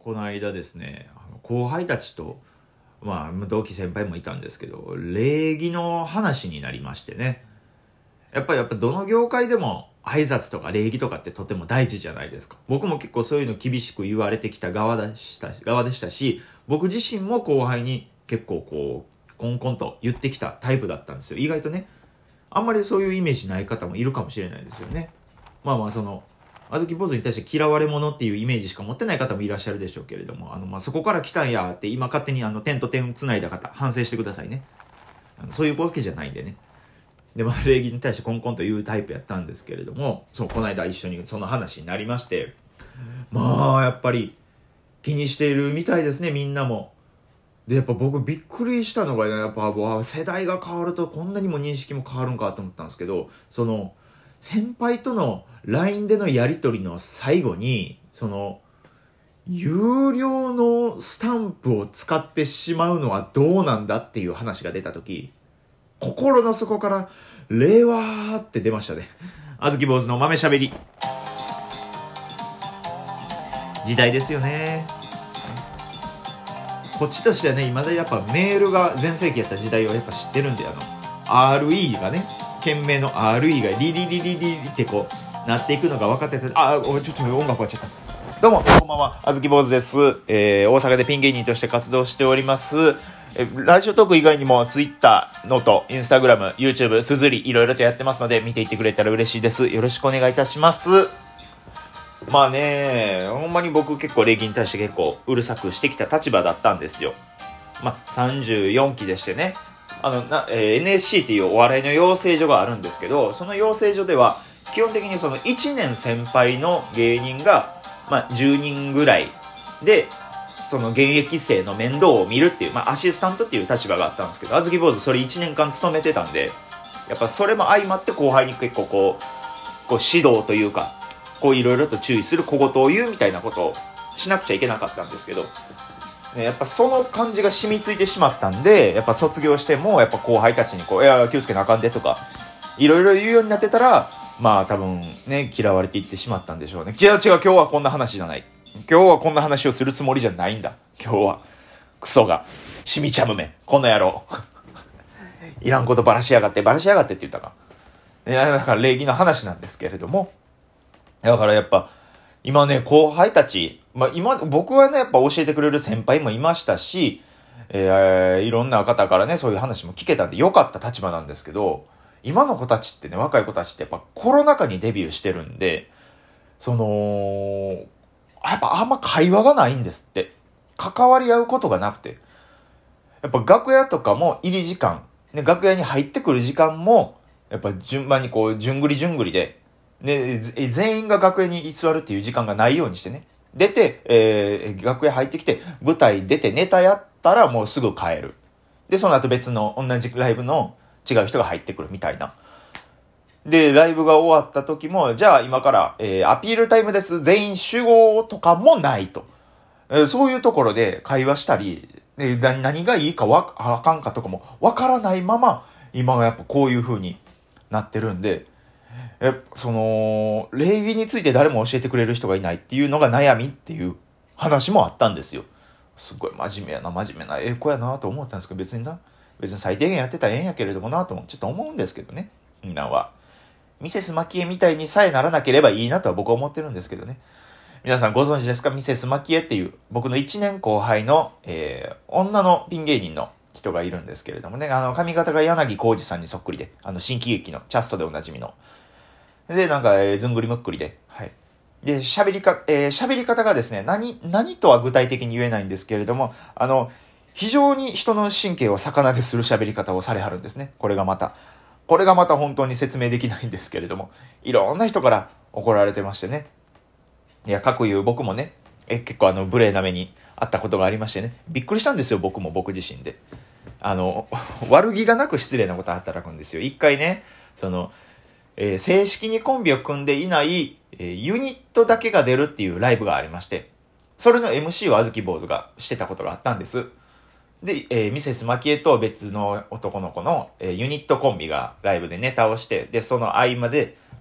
この間ですね、後輩たちと、同期先輩もいたんですけど、礼儀の話になりましてね。やっぱどの業界でも挨拶とか礼儀とかってとても大事じゃないですか。僕も結構そういうの厳しく言われてきた側でしたし、僕自身も後輩に結構コンコンと言ってきたタイプだったんですよ。意外とね、あんまりそういうイメージない方もいるかもしれないですよね。あずき坊主に対して嫌われ者っていうイメージしか持ってない方もいらっしゃるでしょうけれども、そこから来たんやって今勝手に点と点つないだ方、反省してくださいね。そういうわけじゃないんでね。で、礼儀に対してコンコンと言うタイプやったんですけれども、この間一緒にその話になりまして、やっぱり気にしているみたいですね、みんなも。で、やっぱ僕びっくりしたのが、やっぱ世代が変わるとこんなにも認識も変わるんかと思ったんですけど、先輩との LINE でのやり取りの最後に、有料のスタンプを使ってしまうのはどうなんだっていう話が出たとき、心の底から令和って出ましたね。あずき坊主の豆しゃべり。時代ですよね。こっちとしてはね、今だやっぱメールが全盛期やった時代をやっぱ知ってるんで、RE がね、件名の RE がリリリリリリってなっていくのが分かってて、ちょっと音楽終わっちゃった。どうも、こんばんは、あずき坊主です。大阪でピン芸人として活動しております。ラジオトーク以外にも Twitter、ノート、Instagram、YouTube、すずり、いろいろとやってますので、見ていってくれたら嬉しいです。よろしくお願いいたします。ほんまに僕結構礼儀に対して結構うるさくしてきた立場だったんですよ。34期でしてね。NSC っていうお笑いの養成所があるんですけど、その養成所では基本的にその1年先輩の芸人が、10人ぐらいで、その現役生の面倒を見るっていう、アシスタントっていう立場があったんですけど、あずき坊主それ1年間勤めてたんで、やっぱそれも相まって後輩に結構指導というか、いろいろと注意する小言を言うみたいなことをしなくちゃいけなかったんですけど、やっぱその感じが染みついてしまったんで、やっぱ卒業してもやっぱ後輩たちにいや気をつけなあかんでとかいろいろ言うようになってたら、多分ね嫌われていってしまったんでしょうね。違う今日はこんな話じゃない。今日はこんな話をするつもりじゃないんだ。今日はクソがしみちゃむめこの野郎いらんことバラしやがってって言ったか。いやだから礼儀の話なんですけれども、だからやっぱ今ね後輩たち、今僕はねやっぱ教えてくれる先輩もいましたし、いろんな方からねそういう話も聞けたんで良かった立場なんですけど、今の子たちってね、若い子たちってやっぱコロナ禍にデビューしてるんで、やっぱあんま会話がないんですって。関わり合うことがなくて、やっぱ楽屋とかも入り時間、ね、楽屋に入ってくる時間もやっぱ順番に順繰りでね、全員が楽屋に居座るっていう時間がないようにしてね。出て、楽屋入ってきて、舞台出てネタやったらもうすぐ帰る。で、その後別の同じライブの違う人が入ってくるみたいな。で、ライブが終わった時も、じゃあ今から、アピールタイムです。全員集合とかもないと。そういうところで会話したり、何がいいかあかんかとかもわからないまま、今はやっぱこういう風になってるんで、礼儀について誰も教えてくれる人がいないっていうのが悩みっていう話もあったんですよ。すごい真面目な子やなと思ったんですけど、別に最低限やってたらええんやけれどもなとちょっと思うんですけどね。みんなはミセスマキエみたいにさえならなければいいなとは僕は思ってるんですけどね。皆さんご存知ですか？ミセスマキエっていう僕の1年後輩の、女のピン芸人の人がいるんですけれどもね、髪型が柳浩二さんにそっくりで、新喜劇のチャストでおなじみので、ずんぐりむっくりで、はい。で、喋り方がですね、何とは具体的に言えないんですけれども、非常に人の神経を逆なでする喋り方をされはるんですね。これがまた本当に説明できないんですけれども、いろんな人から怒られてましてね。いや、かくいう僕もね、結構無礼な目にあったことがありましてね、びっくりしたんですよ、僕自身で。悪気がなく失礼なこと働くんですよ。一回ね、正式にコンビを組んでいない、ユニットだけが出るっていうライブがありまして、それの MC をあずき坊主がしてたことがあったんです。で、ミセスマキエと別の男の子の、ユニットコンビがライブでネタをして、で、その合間で、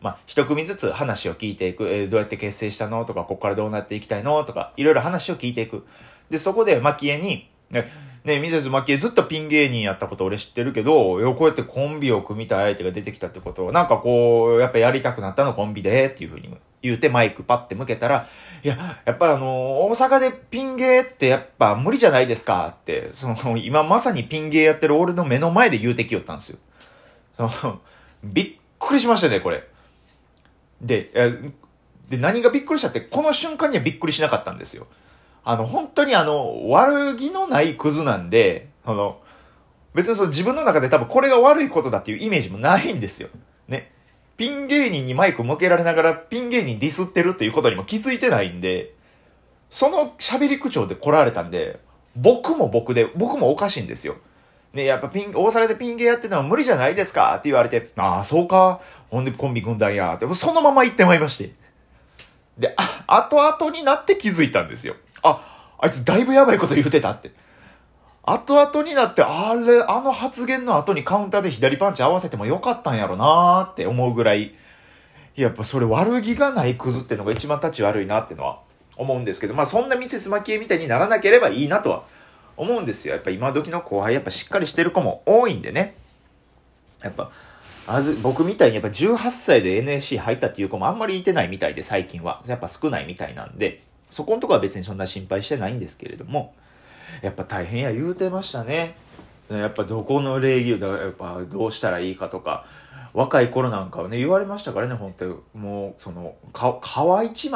一組ずつ話を聞いていく。どうやって結成したのとか、ここからどうなっていきたいのとか、いろいろ話を聞いていく。で、そこで、マキエに、ミセスマキエずっとピン芸人やったこと俺知ってるけど、こうやってコンビを組みたい相手が出てきたってことを、なんかこう、やっぱやりたくなったのコンビで、っていう風に言うてマイクパッて向けたら、やっぱ大阪でピン芸ってやっぱ無理じゃないですかって、今まさにピン芸やってる俺の目の前で言うてきよったんですよ。びっくりしましたね、これ。で、何がびっくりしたって、この瞬間にはびっくりしなかったんですよ。本当に悪気のないクズなんで、別に自分の中で多分これが悪いことだっていうイメージもないんですよ。ね。ピン芸人にマイク向けられながらピン芸人ディスってるっていうことにも気づいてないんで、その喋り口調で来られたんで、僕もおかしいんですよ。ね、やっぱ大阪でピン芸やってるのは無理じゃないですかって言われて、ああ、そうか。ほんでコンビ組んだんやって、そのまま言ってまいりまして。で、後々になって気づいたんですよ。あいつだいぶやばいこと言うてたって。後々になって、あの発言の後にカウンターで左パンチ合わせてもよかったんやろなーって思うぐらい、やっぱそれ悪気がないクズってのが一番立ち悪いなってのは思うんですけど、そんなミセスマキエみたいにならなければいいなとは思うんですよ。やっぱ今時の後輩やっぱしっかりしてる子も多いんでね。やっぱ、僕みたいにやっぱ18歳で NSC 入ったっていう子もあんまりいてないみたいで最近は。やっぱ少ないみたいなんで、そこのとこは別にそんな心配してないんですけれども、やっぱ大変や言うてましたね。やっぱどこの礼儀をやっぱどうしたらいいかとか、若い頃なんかはね言われましたからね、本当にもう皮一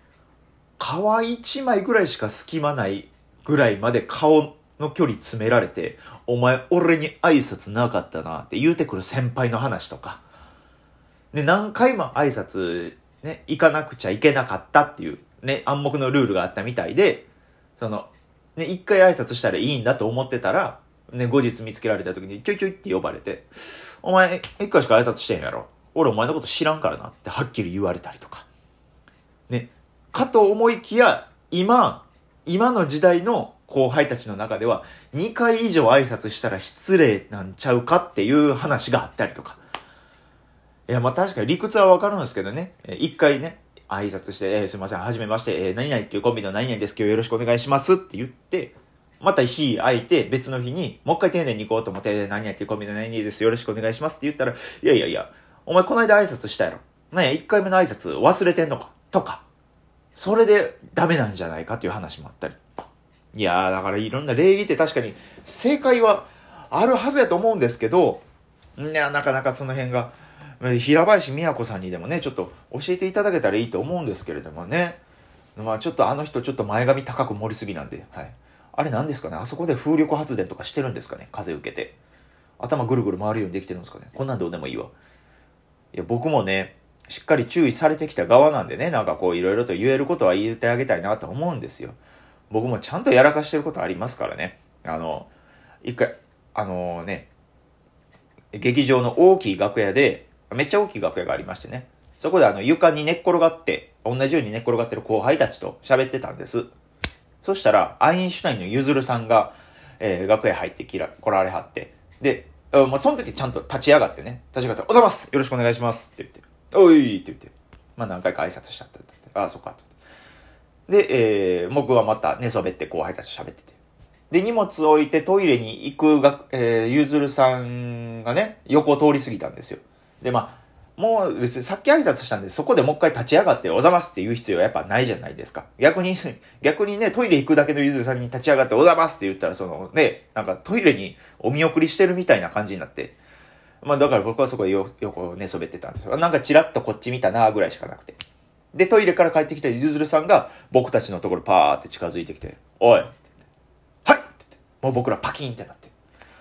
枚ぐらいしか隙間ないぐらいまで顔の距離詰められて、お前俺に挨拶なかったなって言うてくる先輩の話とかで、何回も挨拶ね行かなくちゃいけなかったっていうね暗黙のルールがあったみたいで、一回挨拶したらいいんだと思ってたらね、後日見つけられた時にちょいちょいって呼ばれて、お前一回しか挨拶してんやろ、俺お前のこと知らんからなってはっきり言われたりとかね、かと思いきや今の時代の後輩たちの中では2回以上挨拶したら失礼なんちゃうかっていう話があったりとか。いや、確かに理屈はわかるんですけどね、1回ね挨拶して、すいません、はじめまして、何々っていうコンビの何々です、今日よろしくお願いしますって言って、また日空いて別の日にもう一回丁寧に行こうと思って、何々っていうコンビの何々です、よろしくお願いしますって言ったら、いや、お前この間挨拶したやろ。なんや、1回目の挨拶忘れてんのかとか、それでダメなんじゃないかっていう話もあったり。いやー、だからいろんな礼儀って確かに正解はあるはずやと思うんですけど、なかなかその辺が、平林美也子さんにでもねちょっと教えていただけたらいいと思うんですけれどもね。ちょっと人ちょっと前髪高く盛りすぎなんで、はい、あれなんですかね、あそこで風力発電とかしてるんですかね、風受けて頭ぐるぐる回るようにできてるんですかね。こんなんどうでもいいわ。いや、僕もねしっかり注意されてきた側なんでね、なんかこういろいろと言えることは言ってあげたいなと思うんですよ。僕もちゃんとやらかしてることありますからね。一回劇場の大きい楽屋で、めっちゃ大きい楽屋がありましてね、そこで床に寝っ転がって、同じように寝っ転がってる後輩たちと喋ってたんです。そしたらアインシュタインのゆずるさんが、楽屋入って来られはって、で、その時ちゃんと立ち上がってね、おはようございます、よろしくお願いしますって言って、おいって言って、何回か挨拶しちゃったって、そっかと。で、僕はまた寝そべって後輩たちと喋ってて、で荷物置いてトイレに行くゆずるさんがね横を通り過ぎたんですよ。でもう別にさっき挨拶したんでそこでもう一回立ち上がっておざますって言う必要はやっぱないじゃないですか。逆にねトイレ行くだけのゆずるさんに立ち上がっておざますって言ったらなんかトイレにお見送りしてるみたいな感じになって、だから僕はそこで横寝そべってたんですよ。なんかチラッとこっち見たなぐらいしかなくて、でトイレから帰ってきたゆずるさんが僕たちのところパーって近づいてきて、おいもう僕らパキンってなって。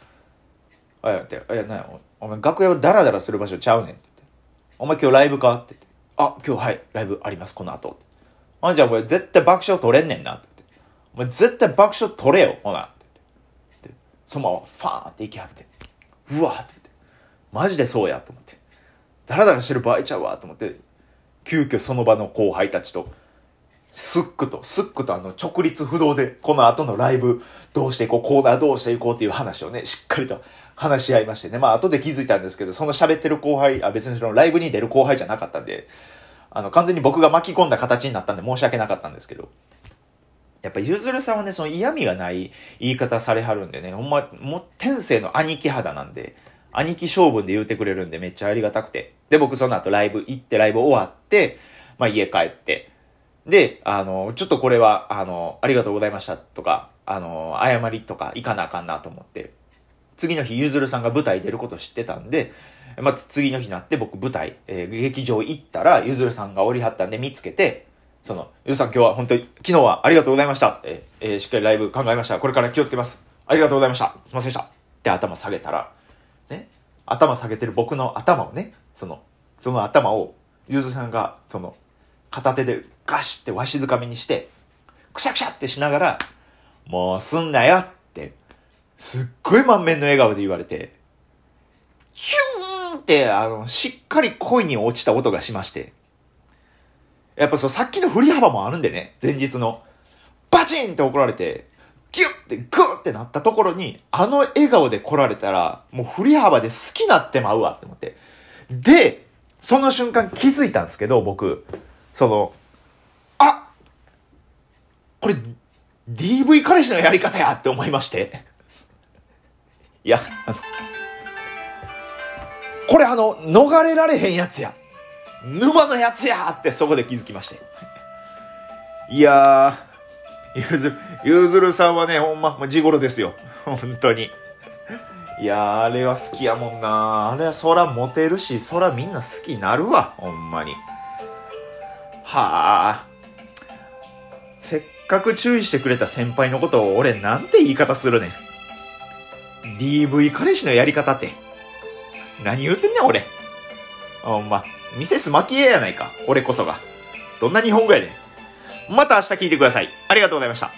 お前楽屋をダラダラする場所ちゃうねんって言って。お前今日ライブかって言って。今日はい、ライブあります、この後。じゃあお前絶対爆笑取れんねんなって言って。お前絶対爆笑取れよ、ほなって言って。そのままファーンって行きはって。うわーって言って。マジでそうやと思って。ダラダラしてる場合ちゃうわと思って。急遽その場の後輩たちと、すっくと直立不動でこの後のライブどうしていこう、コーナーどうしていこうっていう話をねしっかりと話し合いましてね。まあ後で気づいたんですけど、その喋ってる後輩、別にそのライブに出る後輩じゃなかったんで、完全に僕が巻き込んだ形になったんで申し訳なかったんですけど、やっぱゆずるさんはね、その嫌味がない言い方されはるんでね、ほんま、もう天性の兄貴肌なんで、兄貴性分で言うてくれるんでめっちゃありがたくて。で、僕その後ライブ行って、ライブ終わって、まあ家帰って、で、ちょっとこれは、ありがとうございましたとか、謝りとか行かなあかんなと思って、次の日ゆずるさんが舞台出ること知ってたんで、また次の日になって僕舞台、劇場行ったらゆずるさんが降りはったんで見つけて、ゆずさん今日は本当に、昨日はありがとうございました。しっかりライブ考えました。これから気をつけます。ありがとうございました。すいませんでした。って頭下げたら、ね、頭下げてる僕の頭をね、その頭を、ゆずさんが、片手でガシってわしづかみにして、くしゃくしゃってしながら、もうすんなよって、すっごい満面の笑顔で言われて、ヒューンって、しっかり恋に落ちた音がしまして、やっぱさっきの振り幅もあるんでね、前日の。バチンって怒られて、ギュッてグーってなったところに、笑顔で来られたら、もう振り幅で好きなってまうわって思って。で、その瞬間気づいたんですけど、僕、これ、DV 彼氏のやり方やって思いまして。いや、これ逃れられへんやつや。沼のやつやってそこで気づきまして。いやー、ゆずるさんはね、ほんま、地頃ですよ。本当に。いやー、あれは好きやもんな。あれはそらモテるし、そらみんな好きになるわ。ほんまに。はー。せっかく注意してくれた先輩のことを俺なんて言い方するねん。DV 彼氏のやり方って。何言うてんねん俺。ほんま。ミセスマキエやないか。俺こそが。どんな日本語やねん。また明日聞いてください。ありがとうございました。